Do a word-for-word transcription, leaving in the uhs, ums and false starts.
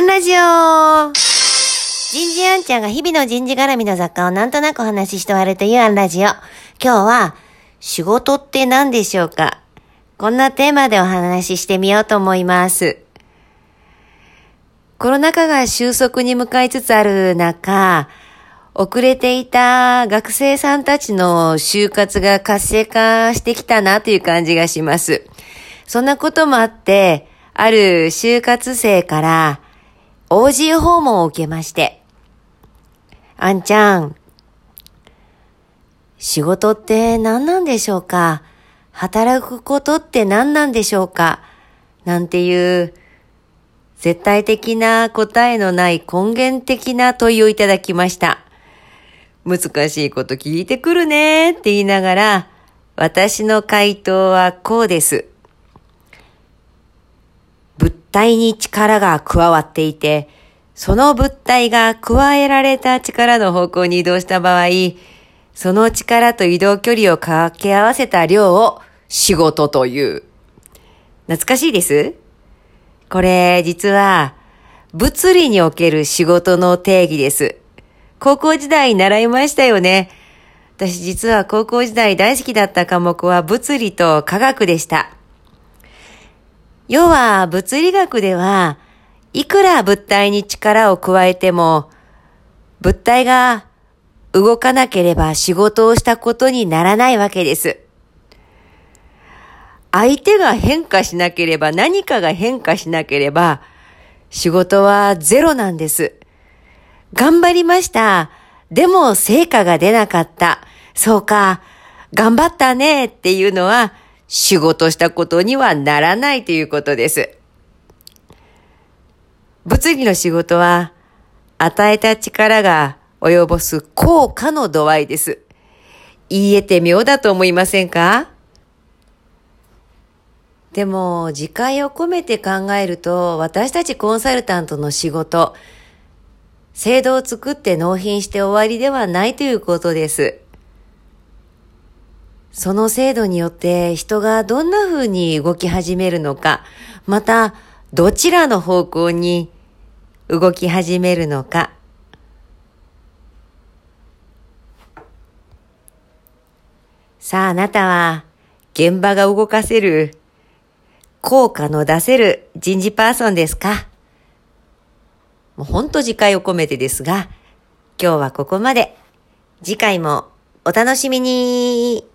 アンラジオ人事アンちゃんが日々の人事絡みの雑貨をなんとなくお話しして終わるというアンラジオ。今日は、仕事って何でしょうか？こんなテーマでお話ししてみようと思います。コロナ禍が収束に向かいつつある中、遅れていた学生さんたちの就活が活性化してきたなという感じがします。そんなこともあって、ある就活生から オージー 訪問を受けまして、あんちゃん、仕事って何なんでしょうか？働くことって何なんでしょうか？なんていう絶対的な答えのない根源的な問いをいただきました。難しいこと聞いてくるねって言いながら、私の回答はこうです。物体に力が加わっていて、その物体が加えられた力の方向に移動した場合、その力と移動距離を掛け合わせた量を仕事という。懐かしいです？これ実は物理における仕事の定義です。高校時代に習いましたよね。私実は高校時代大好きだった科目は物理と科学でした。要は物理学ではいくら物体に力を加えても物体が動かなければ仕事をしたことにならないわけです。相手が変化しなければ何かが変化しなければ仕事はゼロなんです。頑張りました。でも成果が出なかった。そうか。頑張ったねっていうのは仕事したことにはならないということです。物理の仕事は与えた力が及ぼす効果の度合いです。言えて妙だと思いませんか？でも自戒を込めて考えると私たちコンサルタントの仕事、制度を作って納品して終わりではないということです。その制度によって人がどんな風に動き始めるのか、またどちらの方向に動き始めるのか。さああなたは現場が動かせる、効果の出せる人事パーソンですか？もうほんと自戒を込めてですが、今日はここまで。次回もお楽しみに。